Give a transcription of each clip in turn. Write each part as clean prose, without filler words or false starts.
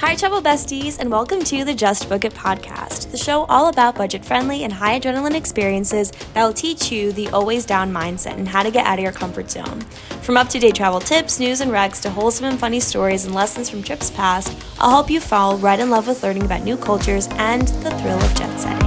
Hi, travel besties, and welcome to the Just Book It podcast, the show all about budget-friendly and high adrenaline experiences that will teach you the always down mindset and how to get out of your comfort zone. From up-to-date travel tips, news, and recs to wholesome and funny stories and lessons from trips past, I'll help you fall right in love with learning about new cultures and the thrill of jet setting.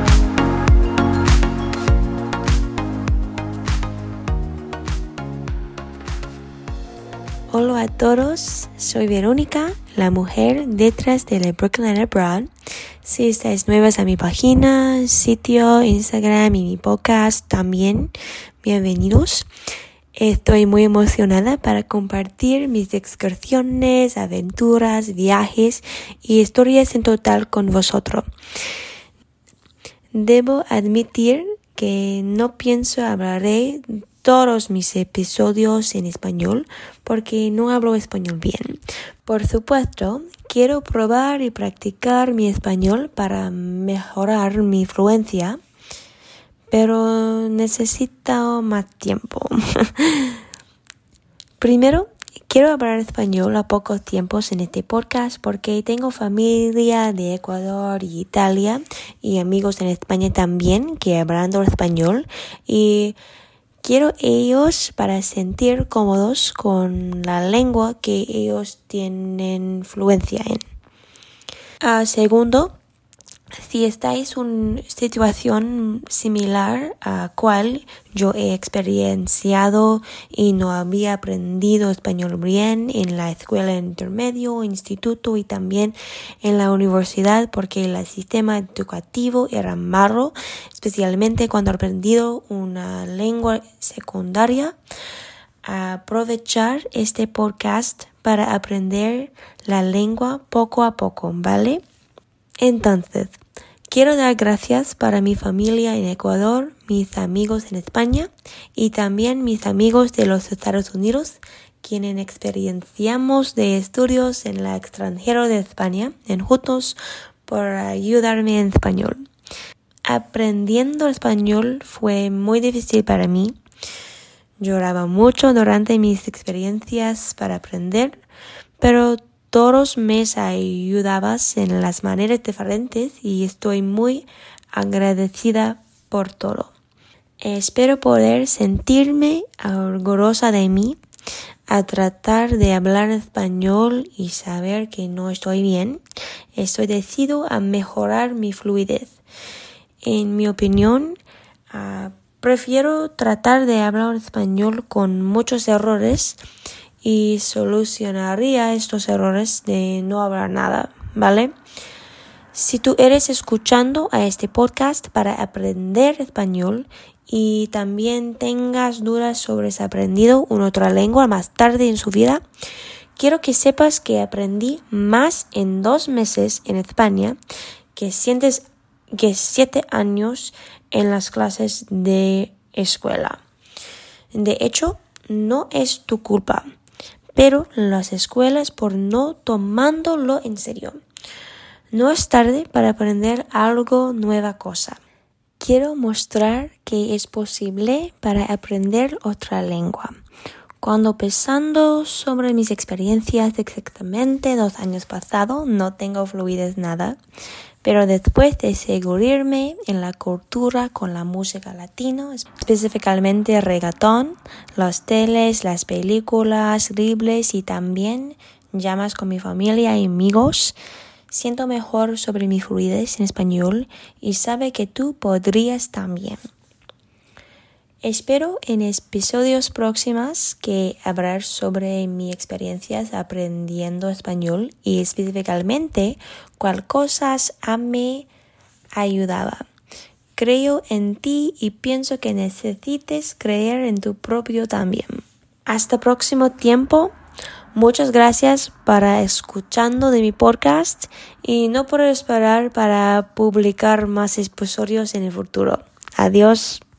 Hola a todos, soy Verónica, la mujer detrás de la Brooklyn Abroad. Si estáis nuevas a mi página, sitio, Instagram y mi podcast también, bienvenidos. Estoy muy emocionada para compartir mis excursiones, aventuras, viajes y historias en total con vosotros. Debo admitir que no pienso hablaré todos mis episodios en español porque no hablo español bien. Por supuesto, quiero probar y practicar mi español para mejorar mi fluencia, pero necesito más tiempo. Primero, quiero hablar español a pocos tiempos en este podcast porque tengo familia de Ecuador y Italia y amigos en España también que hablan español y quiero ellos para sentir cómodos con la lengua que ellos tienen fluencia en. Segundo, si estáis en una situación similar a cual yo he experienciado y no había aprendido español bien en la escuela intermedio, instituto y también en la universidad porque el sistema educativo era malo, especialmente cuando he aprendido una lengua secundaria, aprovechar este podcast para aprender la lengua poco a poco, ¿vale? Entonces, quiero dar gracias para mi familia en Ecuador, mis amigos en España y también mis amigos de los Estados Unidos, quienes experienciamos de estudios en el extranjero de España, en juntos por ayudarme en español. Aprendiendo español fue muy difícil para mí. Lloraba mucho durante mis experiencias para aprender, pero todos me ayudabas en las maneras diferentes y estoy muy agradecida por todo. Espero poder sentirme orgullosa de mí a tratar de hablar español y saber que no estoy bien. Estoy decidido a mejorar mi fluidez. En mi opinión, prefiero tratar de hablar español con muchos errores y solucionaría estos errores de no hablar nada, ¿vale? Si tú eres escuchando a este podcast para aprender español y también tengas dudas sobre si has aprendido una otra lengua más tarde en su vida, quiero que sepas que aprendí más en 2 meses en España que 7 años en las clases de escuela. De hecho, no es tu culpa, pero las escuelas por no tomándolo en serio. No es tarde para aprender algo nueva cosa. Quiero mostrar que es posible para aprender otra lengua. Cuando pensando sobre mis experiencias exactamente 2 años pasados, no tengo fluidez nada. Pero después de seguirme en la cultura con la música latino, específicamente el reggaetón, los teles, las películas, libros y también llamas con mi familia y amigos, siento mejor sobre mi fluidez en español y sabe que tú podrías también. Espero en episodios próximos que hablar sobre mis experiencias aprendiendo español y específicamente cuál cosas a mí ayudaba. Creo en ti y pienso que necesites creer en tu propio también. Hasta próximo tiempo. Muchas gracias para escuchando de mi podcast y no puedo esperar para publicar más episodios en el futuro. Adiós.